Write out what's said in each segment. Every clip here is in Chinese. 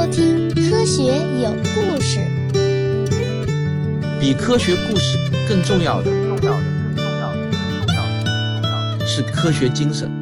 收听科学有故事。 比科学故事更重要的是科学精神。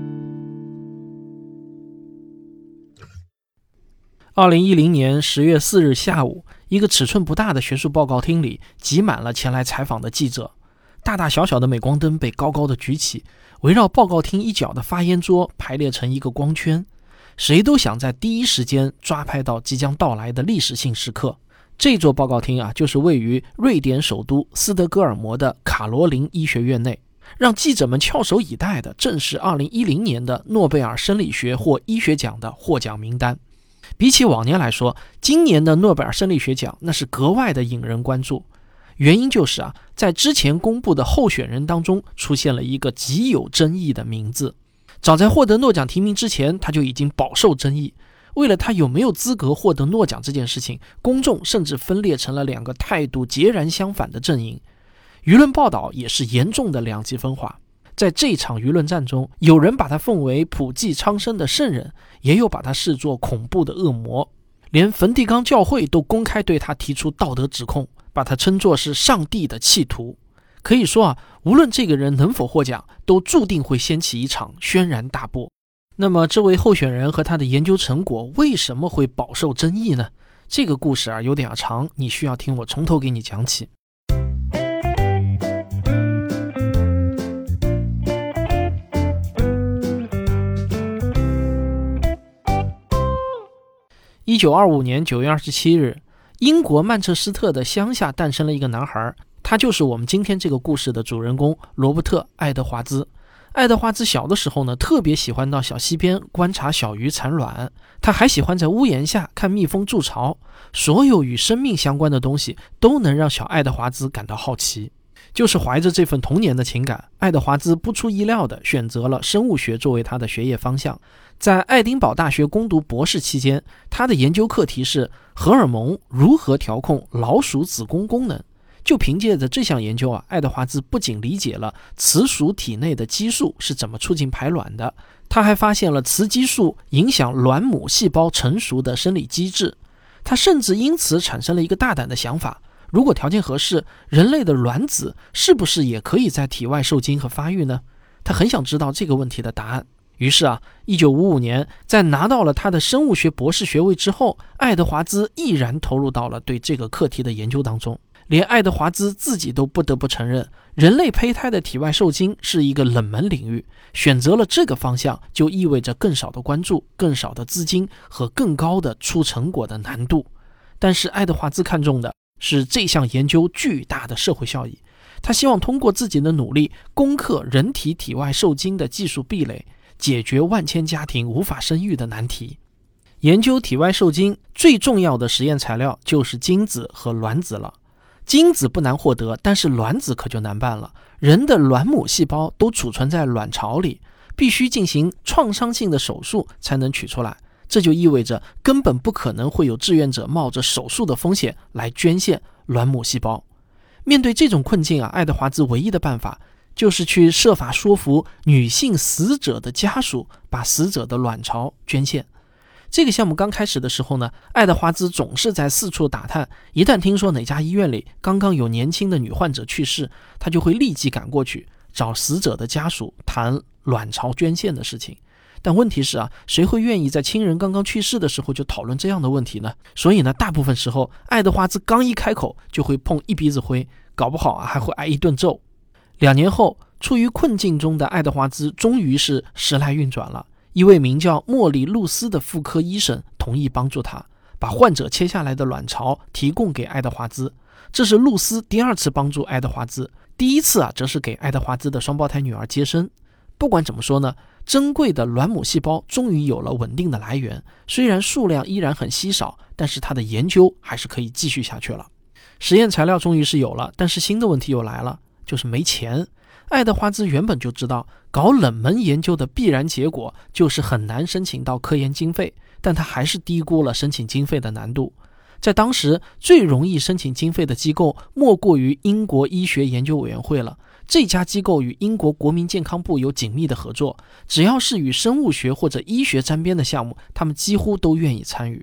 2010年10月4日下午，一个尺寸不大的学术报告厅里挤满了前来采访的记者，大大小小的镁光灯被高高的举起，围绕报告厅一角的发言桌排列成一个光圈，谁都想在第一时间抓拍到即将到来的历史性时刻。这座报告厅就是位于瑞典首都斯德哥尔摩的卡罗琳医学院内。让记者们翘首以待的正是2010年的诺贝尔生理学或医学奖的获奖名单。比起往年来说，今年的诺贝尔生理学奖那是格外的引人关注。原因就是在之前公布的候选人当中出现了一个极有争议的名字。早在获得诺奖提名之前，他就已经饱受争议。为了他有没有资格获得诺奖这件事情，公众甚至分裂成了两个态度截然相反的阵营。舆论报道也是严重的两极分化。在这场舆论战中，有人把他奉为普济苍生的圣人，也有把他视作恐怖的恶魔。连梵蒂冈教会都公开对他提出道德指控，把他称作是上帝的弃徒。可以说无论这个人能否获奖，都注定会掀起一场轩然大波。那么这位候选人和他的研究成果为什么会饱受争议呢？这个故事有点长，你需要听我从头给你讲起。1925年9月27日，英国曼彻斯特的乡下诞生了一个男孩，他就是我们今天这个故事的主人公罗伯特·爱德华兹。爱德华兹小的时候呢，特别喜欢到小溪边观察小鱼产卵，他还喜欢在屋檐下看蜜蜂筑巢，所有与生命相关的东西都能让小爱德华兹感到好奇。就是怀着这份童年的情感，爱德华兹不出意料地选择了生物学作为他的学业方向。在爱丁堡大学攻读博士期间，他的研究课题是荷尔蒙如何调控老鼠子宫功能。就凭借着这项研究爱德华兹不仅理解了雌鼠体内的激素是怎么促进排卵的，他还发现了雌激素影响卵母细胞成熟的生理机制。他甚至因此产生了一个大胆的想法，如果条件合适，人类的卵子是不是也可以在体外受精和发育呢？他很想知道这个问题的答案。于是1955年，在拿到了他的生物学博士学位之后，爱德华兹毅然投入到了对这个课题的研究当中。连爱德华兹自己都不得不承认，人类胚胎的体外受精是一个冷门领域，选择了这个方向就意味着更少的关注、更少的资金和更高的出成果的难度。但是爱德华兹看重的是这项研究巨大的社会效益，他希望通过自己的努力攻克人体体外受精的技术壁垒，解决万千家庭无法生育的难题。研究体外受精最重要的实验材料就是精子和卵子了。精子不难获得，但是卵子可就难办了。人的卵母细胞都储存在卵巢里，必须进行创伤性的手术才能取出来。这就意味着根本不可能会有志愿者冒着手术的风险来捐献卵母细胞。面对这种困境爱德华兹唯一的办法就是去设法说服女性死者的家属把死者的卵巢捐献。这个项目刚开始的时候呢，爱德华兹总是在四处打探，一旦听说哪家医院里刚刚有年轻的女患者去世，他就会立即赶过去找死者的家属谈卵巢捐献的事情。但问题是谁会愿意在亲人刚刚去世的时候就讨论这样的问题呢？所以呢，大部分时候爱德华兹刚一开口就会碰一鼻子灰，搞不好还会挨一顿揍。2年后，处于困境中的爱德华兹终于是时来运转了。一位名叫莫里路斯的妇科医生同意帮助他，把患者切下来的卵巢提供给爱德华兹。这是露丝第2次帮助爱德华兹，第1次则是给爱德华兹的双胞胎女儿接生。不管怎么说呢，珍贵的卵母细胞终于有了稳定的来源，虽然数量依然很稀少，但是他的研究还是可以继续下去了。实验材料终于是有了，但是新的问题又来了，就是没钱。爱德华兹原本就知道搞冷门研究的必然结果就是很难申请到科研经费，但他还是低估了申请经费的难度。在当时最容易申请经费的机构莫过于英国医学研究委员会了。这家机构与英国国民健康部有紧密的合作，只要是与生物学或者医学沾边的项目，他们几乎都愿意参与。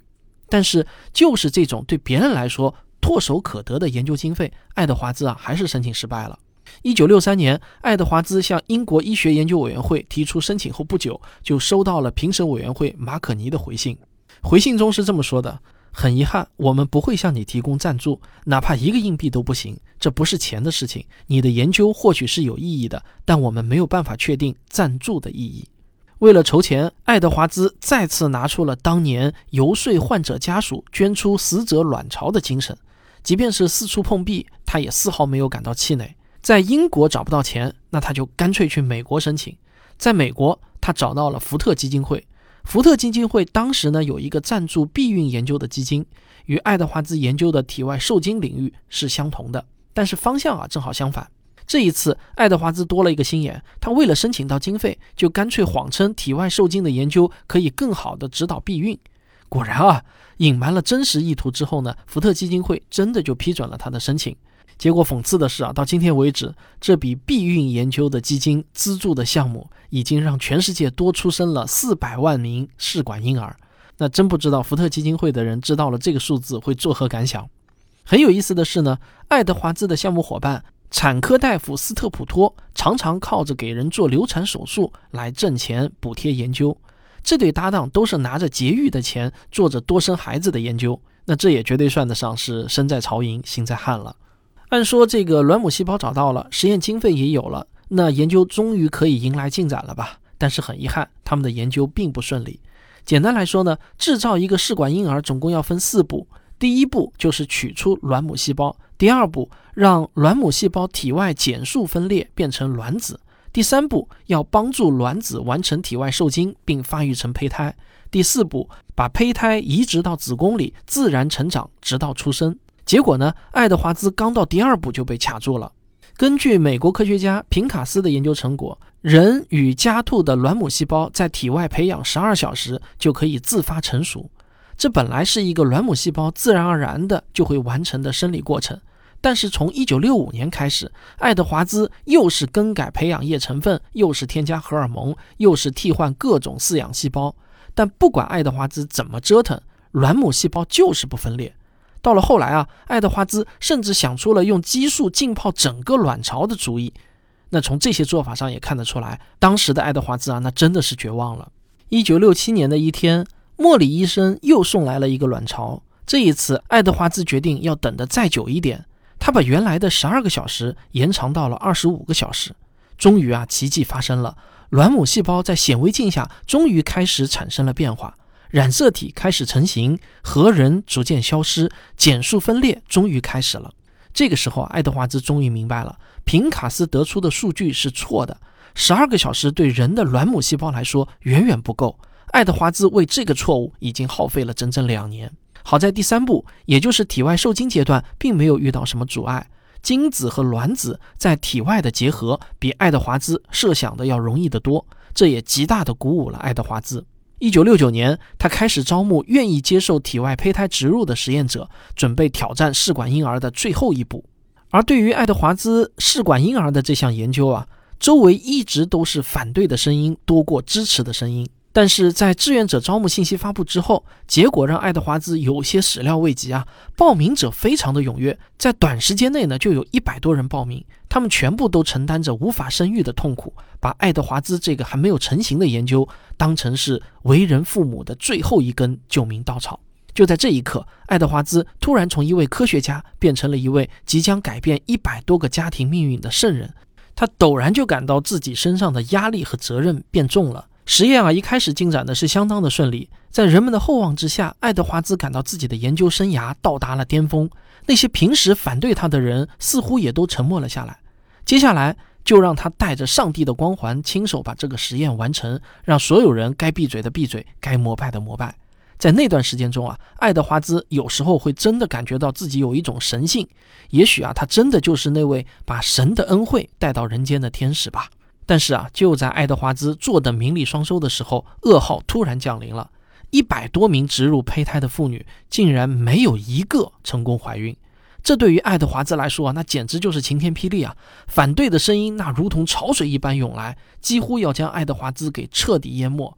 但是就是这种对别人来说唾手可得的研究经费，爱德华兹还是申请失败了。1963年，爱德华兹向英国医学研究委员会提出申请后不久，就收到了评审委员会马可尼的回信。回信中是这么说的：很遗憾，我们不会向你提供赞助，哪怕1个硬币都不行，这不是钱的事情。你的研究或许是有意义的，但我们没有办法确定赞助的意义。为了筹钱，爱德华兹再次拿出了当年游说患者家属捐出死者卵巢的精神，即便是四处碰壁，他也丝毫没有感到气馁。在英国找不到钱，那他就干脆去美国申请。在美国，他找到了福特基金会。福特基金会当时呢有一个赞助避孕研究的基金，与爱德华兹研究的体外受精领域是相同的，但是方向正好相反。这一次爱德华兹多了一个心眼，他为了申请到经费，就干脆谎称体外受精的研究可以更好的指导避孕。果然隐瞒了真实意图之后呢，福特基金会真的就批准了他的申请。结果讽刺的是到今天为止，这笔避孕研究的基金资助的项目已经让全世界多出生了400万名试管婴儿。那真不知道福特基金会的人知道了这个数字会作何感想。很有意思的是呢，爱德华兹的项目伙伴产科大夫斯特普托常常靠着给人做流产手术来挣钱补贴研究。这对搭档都是拿着节育的钱做着多生孩子的研究，那这也绝对算得上是身在曹营心在汉了。按说这个卵母细胞找到了，实验经费也有了，那研究终于可以迎来进展了吧？但是很遗憾，他们的研究并不顺利。简单来说呢，制造一个试管婴儿总共要分4步。第1步就是取出卵母细胞，第2步让卵母细胞体外减数分裂变成卵子，第3步要帮助卵子完成体外受精并发育成胚胎，第4步把胚胎移植到子宫里自然成长直到出生。结果呢，爱德华兹刚到第2步就被卡住了。根据美国科学家平卡斯的研究成果，人与家兔的卵母细胞在体外培养12小时就可以自发成熟。这本来是一个卵母细胞自然而然的就会完成的生理过程，但是从1965年开始，爱德华兹又是更改培养液成分，又是添加荷尔蒙，又是替换各种饲养细胞，但不管爱德华兹怎么折腾，卵母细胞就是不分裂。到了后来爱德华兹甚至想出了用激素浸泡整个卵巢的主意。那从这些做法上也看得出来，当时的爱德华兹那真的是绝望了。1967年的一天，莫里医生又送来了一个卵巢。这一次爱德华兹决定要等得再久一点，他把原来的12个小时延长到了25个小时。终于奇迹发生了，卵母细胞在显微镜下终于开始产生了变化，染色体开始成型，核仁逐渐消失，减数分裂终于开始了。这个时候爱德华兹终于明白了，平卡斯得出的数据是错的，12个小时对人的卵母细胞来说远远不够。爱德华兹为这个错误已经耗费了整整2年。好在第3步，也就是体外受精阶段，并没有遇到什么阻碍，精子和卵子在体外的结合比爱德华兹设想的要容易得多，这也极大地鼓舞了爱德华兹。1969年，他开始招募愿意接受体外胚胎植入的实验者，准备挑战试管婴儿的最后一步。而对于爱德华兹试管婴儿的这项研究周围一直都是反对的声音多过支持的声音。但是在志愿者招募信息发布之后，结果让爱德华兹有些始料未及报名者非常的踊跃，在短时间内呢就有100多人报名，他们全部都承担着无法生育的痛苦，把爱德华兹这个还没有成型的研究当成是为人父母的最后一根救命稻草。就在这一刻，爱德华兹突然从一位科学家变成了一位即将改变100多个家庭命运的圣人。他陡然就感到自己身上的压力和责任变重了。实验一开始进展的是相当的顺利，在人们的厚望之下，爱德华兹感到自己的研究生涯到达了巅峰。那些平时反对他的人似乎也都沉默了下来。接下来就让他带着上帝的光环，亲手把这个实验完成，让所有人该闭嘴的闭嘴，该膜拜的膜拜。在那段时间中爱德华兹有时候会真的感觉到自己有一种神性，也许他真的就是那位把神的恩惠带到人间的天使吧。但是就在爱德华兹做得名利双收的时候，噩耗突然降临了。100多名植入胚胎的妇女竟然没有一个成功怀孕。这对于爱德华兹来说那简直就是晴天霹雳反对的声音那如同潮水一般涌来，几乎要将爱德华兹给彻底淹没。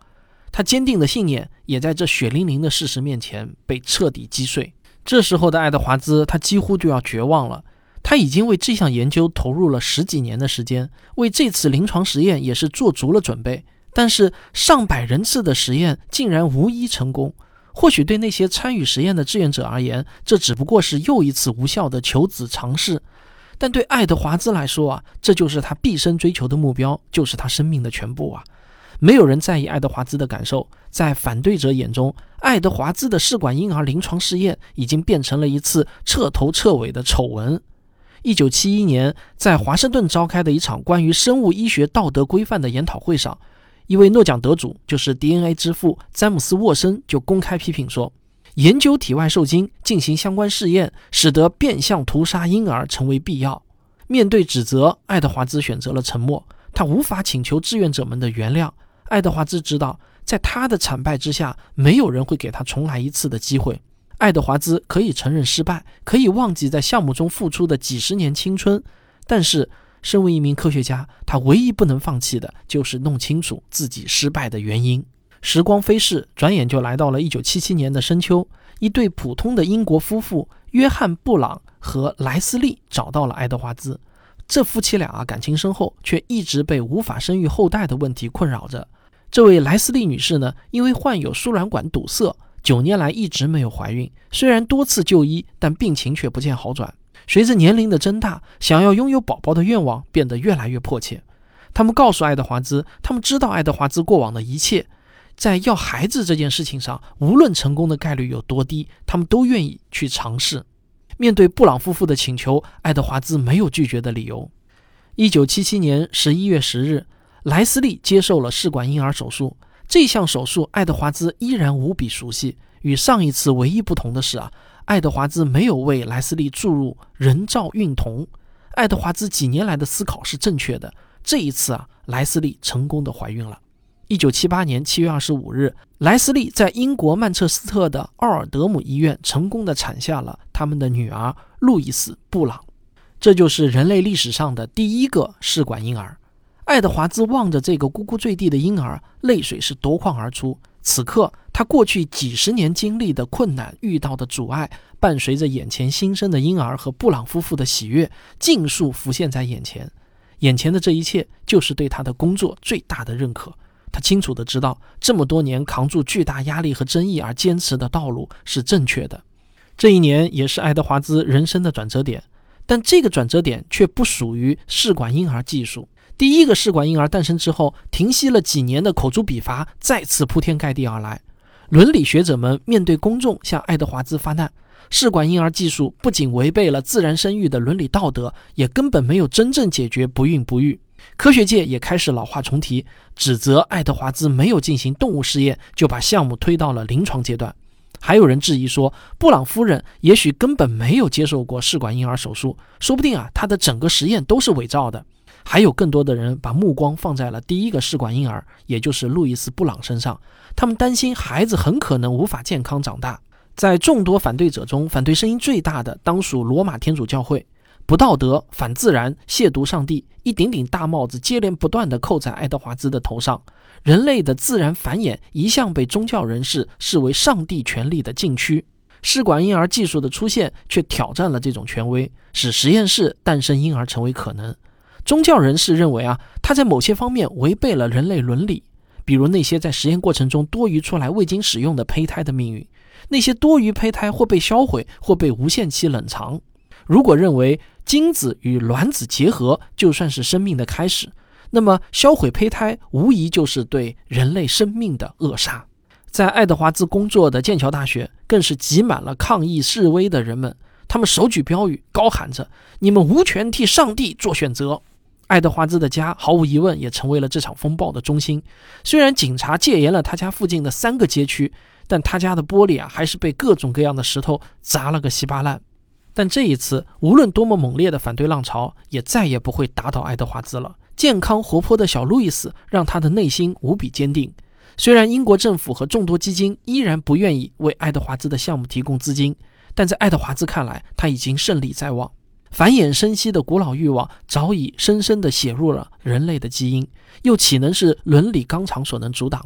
他坚定的信念也在这血淋淋的事实面前被彻底击碎。这时候的爱德华兹，他几乎就要绝望了。他已经为这项研究投入了10几年的时间，为这次临床实验也是做足了准备，但是上百人次的实验竟然无一成功。或许对那些参与实验的志愿者而言，这只不过是又一次无效的求子尝试，但对爱德华兹来说啊，这就是他毕生追求的目标，就是他生命的全部啊。没有人在意爱德华兹的感受，在反对者眼中，爱德华兹的试管婴儿临床试验已经变成了一次彻头彻尾的丑闻。1971年，在华盛顿召开的一场关于生物医学道德规范的研讨会上，一位诺奖得主，就是 DNA 之父詹姆斯·沃森就公开批评说，研究体外受精进行相关试验，使得变相屠杀婴儿成为必要。面对指责，爱德华兹选择了沉默，他无法请求志愿者们的原谅。爱德华兹知道，在他的惨败之下，没有人会给他重来一次的机会。爱德华兹可以承认失败，可以忘记在项目中付出的几十年青春，但是身为一名科学家，他唯一不能放弃的就是弄清楚自己失败的原因。时光飞逝，转眼就来到了1977年的深秋，一对普通的英国夫妇约翰·布朗和莱斯利找到了爱德华兹。这夫妻俩感情深厚，却一直被无法生育后代的问题困扰着。这位莱斯利女士呢，因为患有输卵管堵塞，9年来一直没有怀孕，虽然多次就医，但病情却不见好转。随着年龄的增大，想要拥有宝宝的愿望变得越来越迫切。他们告诉爱德华兹，他们知道爱德华兹过往的一切，在要孩子这件事情上，无论成功的概率有多低，他们都愿意去尝试。面对布朗夫妇的请求，爱德华兹没有拒绝的理由。1977年11月10日，莱斯利接受了试管婴儿手术。这项手术爱德华兹依然无比熟悉，与上一次唯一不同的是爱德华兹没有为莱斯利注入人造孕酮。爱德华兹几年来的思考是正确的，这一次莱斯利成功的怀孕了。1978年7月25日，莱斯利在英国曼彻斯特的奥尔德姆医院成功的产下了他们的女儿路易斯·布朗。这就是人类历史上的第一个试管婴儿。爱德华兹望着这个咕咕坠地的婴儿，泪水是夺眶而出。此刻他过去几十年经历的困难，遇到的阻碍，伴随着眼前新生的婴儿和布朗夫妇的喜悦，尽数浮现在眼前。眼前的这一切就是对他的工作最大的认可。他清楚地知道，这么多年扛住巨大压力和争议而坚持的道路是正确的。这一年也是爱德华兹人生的转折点，但这个转折点却不属于试管婴儿技术。第一个试管婴儿诞生之后，停息了几年的口诛笔伐再次铺天盖地而来。伦理学者们面对公众向爱德华兹发难，试管婴儿技术不仅违背了自然生育的伦理道德，也根本没有真正解决不孕不育。科学界也开始老话重提，指责爱德华兹没有进行动物试验就把项目推到了临床阶段。还有人质疑说，布朗夫人也许根本没有接受过试管婴儿手术，说不定她的整个实验都是伪造的。还有更多的人把目光放在了第一个试管婴儿，也就是路易斯·布朗身上，他们担心孩子很可能无法健康长大。在众多反对者中，反对声音最大的当属罗马天主教会。不道德、反自然、亵渎上帝，一顶顶大帽子接连不断地扣在爱德华兹的头上。人类的自然繁衍一向被宗教人士视为上帝权力的禁区，试管婴儿技术的出现却挑战了这种权威，使实验室诞生婴儿成为可能。宗教人士认为它在某些方面违背了人类伦理，比如那些在实验过程中多余出来未经使用的胚胎的命运，那些多余胚胎或被销毁，或被无限期冷藏。如果认为精子与卵子结合就算是生命的开始，那么销毁胚胎无疑就是对人类生命的扼杀。在爱德华兹工作的剑桥大学更是挤满了抗议示威的人们，他们手举标语，高喊着你们无权替上帝做选择。爱德华兹的家毫无疑问也成为了这场风暴的中心。虽然警察戒严了他家附近的3个街区，但他家的玻璃还是被各种各样的石头砸了个稀巴烂。但这一次，无论多么猛烈的反对浪潮，也再也不会打倒爱德华兹了。健康活泼的小路易斯让他的内心无比坚定。虽然英国政府和众多基金依然不愿意为爱德华兹的项目提供资金，但在爱德华兹看来，他已经胜利在望。繁衍生息的古老欲望早已深深地写入了人类的基因，又岂能是伦理纲常所能阻挡的？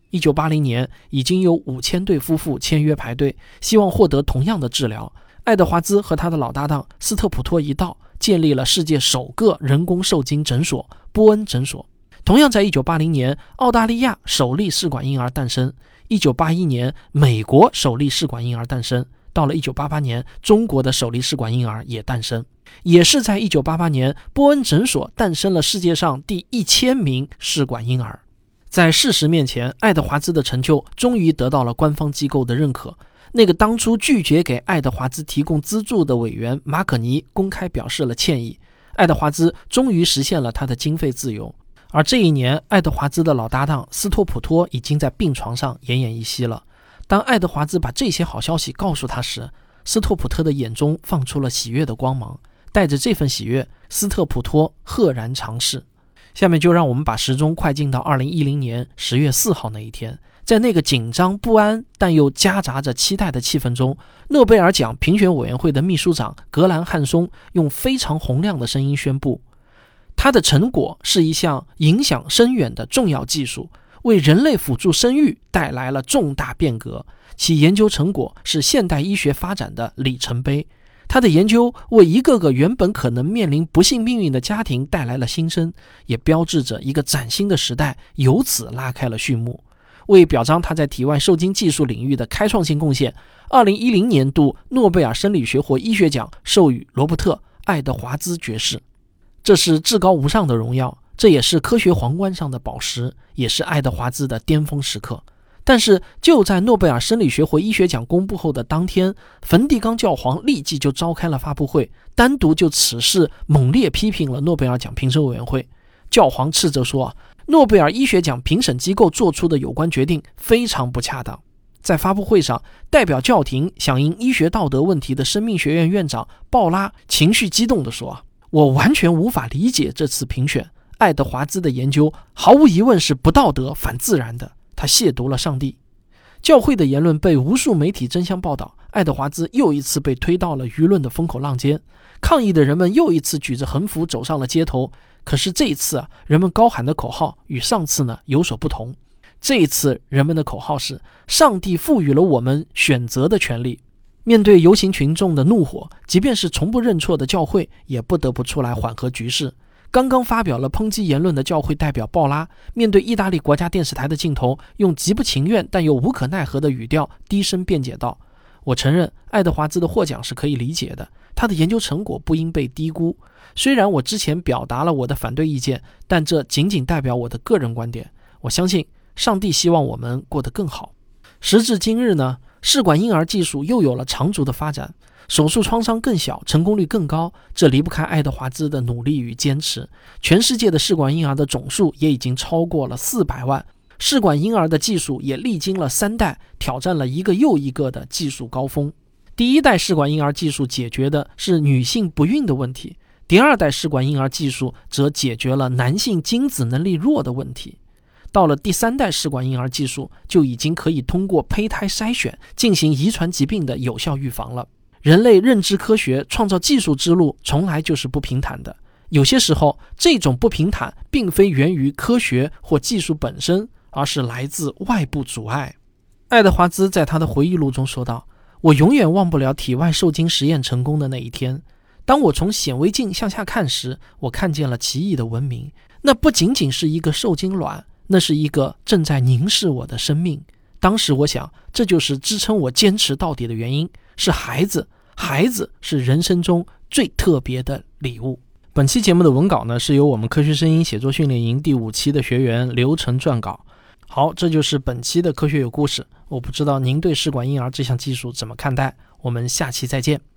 1980年已经有5000对夫妇签约排队，希望获得同样的治疗。爱德华兹和他的老搭档斯特普托一道，建立了世界首个人工受精诊所——波恩诊所。同样在1980年，澳大利亚首例试管婴儿诞生；1981年，美国首例试管婴儿诞生；到了1988年，中国的首例试管婴儿也诞生。也是在1988年，波恩诊所诞生了世界上第1000名试管婴儿。在事实面前，爱德华兹的成就终于得到了官方机构的认可。那个当初拒绝给爱德华兹提供资助的委员马可尼公开表示了歉意。爱德华兹终于实现了他的经费自由。而这一年，爱德华兹的老搭档斯托普托已经在病床上奄奄一息了。当爱德华兹把这些好消息告诉他时，斯托普托的眼中放出了喜悦的光芒。带着这份喜悦，斯特普托赫然长逝。下面就让我们把时钟快进到2010年10月4号那一天。在那个紧张不安但又夹杂着期待的气氛中，诺贝尔奖评选委员会的秘书长格兰汉松用非常洪亮的声音宣布，他的成果是一项影响深远的重要技术，为人类辅助生育带来了重大变革，其研究成果是现代医学发展的里程碑。他的研究为一个个原本可能面临不幸命运的家庭带来了新生，也标志着一个崭新的时代由此拉开了序幕。为表彰他在体外受精技术领域的开创性贡献，2010年度诺贝尔生理学或医学奖授予罗伯特·爱德华兹爵士。这是至高无上的荣耀，这也是科学皇冠上的宝石，也是爱德华兹的巅峰时刻。但是就在诺贝尔生理学或医学奖公布后的当天，梵蒂冈教皇立即就召开了发布会，单独就此事猛烈批评了诺贝尔奖评审委员会。教皇斥责说，诺贝尔医学奖评审机构做出的有关决定非常不恰当。在发布会上，代表教廷响应医学道德问题的生命学院院长鲍拉情绪激动地说，我完全无法理解这次评选，爱德华兹的研究毫无疑问是不道德反自然的，他亵渎了上帝。教会的言论被无数媒体争相报道，爱德华兹又一次被推到了舆论的风口浪尖，抗议的人们又一次举着横幅走上了街头。可是这一次人们高喊的口号与上次有所不同。这一次人们的口号是，上帝赋予了我们选择的权利。面对游行群众的怒火，即便是从不认错的教会也不得不出来缓和局势。刚刚发表了抨击言论的教会代表鲍拉，面对意大利国家电视台的镜头，用极不情愿但又无可奈何的语调低声辩解道，我承认爱德华兹的获奖是可以理解的，他的研究成果不应被低估。虽然我之前表达了我的反对意见，但这仅仅代表我的个人观点。我相信上帝希望我们过得更好。时至今日试管婴儿技术又有了长足的发展，手术创伤更小，成功率更高，这离不开爱德华兹的努力与坚持。全世界的试管婴儿的总数也已经超过了400万，试管婴儿的技术也历经了3代，挑战了一个又一个的技术高峰。第一代试管婴儿技术解决的是女性不孕的问题，第二代试管婴儿技术则解决了男性精子能力弱的问题。到了第3代试管婴儿技术，就已经可以通过胚胎筛选进行遗传疾病的有效预防了。人类认知科学创造技术之路从来就是不平坦的，有些时候这种不平坦并非源于科学或技术本身，而是来自外部阻碍。爱德华兹在他的回忆录中说道，我永远忘不了体外受精实验成功的那一天。当我从显微镜向下看时，我看见了奇异的文明，那不仅仅是一个受精卵，那是一个正在凝视我的生命。当时我想，这就是支撑我坚持到底的原因，是孩子是人生中最特别的礼物。本期节目的文稿是由我们科学声音写作训练营第5期的学员刘晨撰稿。好，这就是本期的科学有故事。我不知道您对试管婴儿这项技术怎么看待，我们下期再见。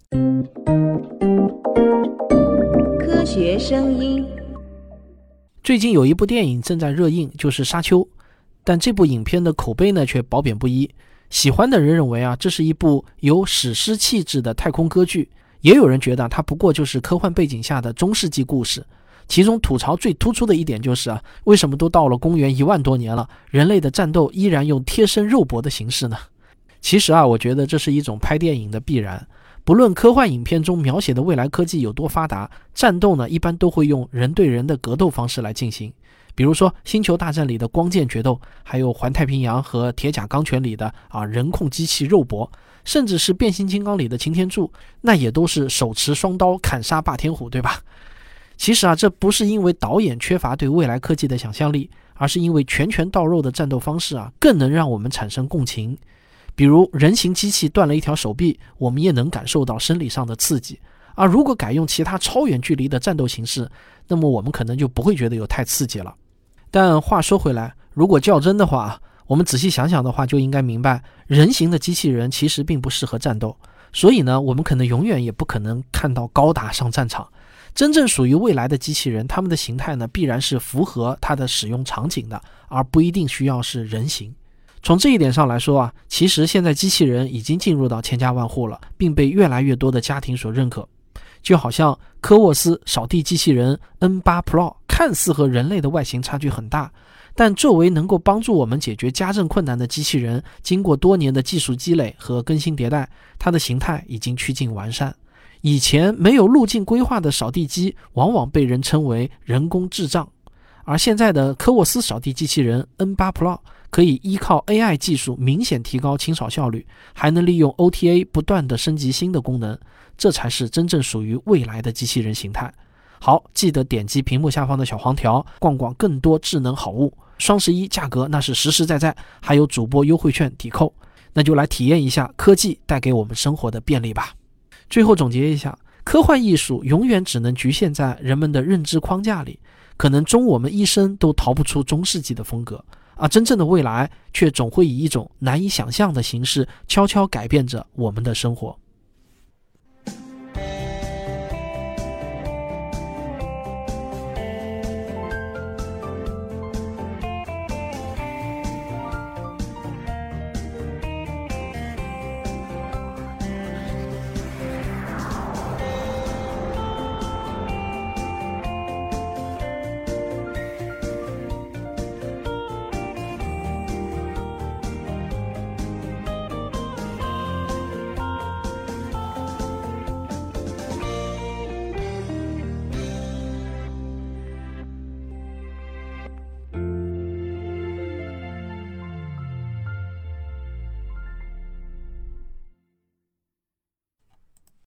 科学声音。 最近有一部电影正在热映，就是《沙丘》，但这部影片的口碑却褒贬不一。喜欢的人认为这是一部有史诗气质的太空歌剧，也有人觉得它不过就是科幻背景下的中世纪故事。其中吐槽最突出的一点就是为什么都到了公元1万多年了，人类的战斗依然用贴身肉搏的形式呢？其实我觉得这是一种拍电影的必然。不论科幻影片中描写的未来科技有多发达，战斗一般都会用人对人的格斗方式来进行。 比如说星球大战里的光剑决斗，还有环太平洋和铁甲钢拳里的人控机器肉搏，甚至是变形金刚里的擎天柱，那也都是手持双刀砍杀霸天虎，对吧？其实这不是因为导演缺乏对未来科技的想象力，而是因为拳拳到肉的战斗方式更能让我们产生共情。比如人形机器断了一条手臂，我们也能感受到生理上的刺激。如果改用其他超远距离的战斗形式，那么我们可能就不会觉得有太刺激了。但话说回来，如果较真的话，我们仔细想想的话，就应该明白，人形的机器人其实并不适合战斗，所以呢，我们可能永远也不可能看到高达上战场。真正属于未来的机器人，它们的形态呢，必然是符合它的使用场景的，而不一定需要是人形。从这一点上来说其实现在机器人已经进入到千家万户了，并被越来越多的家庭所认可。就好像科沃斯扫地机器人 N8 Pro 看似和人类的外形差距很大，但作为能够帮助我们解决家政困难的机器人，经过多年的技术积累和更新迭代，它的形态已经趋近完善。以前没有路径规划的扫地机往往被人称为人工智障，而现在的科沃斯扫地机器人 N8 Pro 可以依靠 AI 技术明显提高清扫效率，还能利用 OTA 不断的升级新的功能，这才是真正属于未来的机器人形态。好，记得点击屏幕下方的小黄条，逛逛更多智能好物。双11价格那是实实在在，还有主播优惠券抵扣，那就来体验一下科技带给我们生活的便利吧。最后总结一下，科幻艺术永远只能局限在人们的认知框架里，可能终我们一生都逃不出中世纪的风格，而真正的未来却总会以一种难以想象的形式悄悄改变着我们的生活。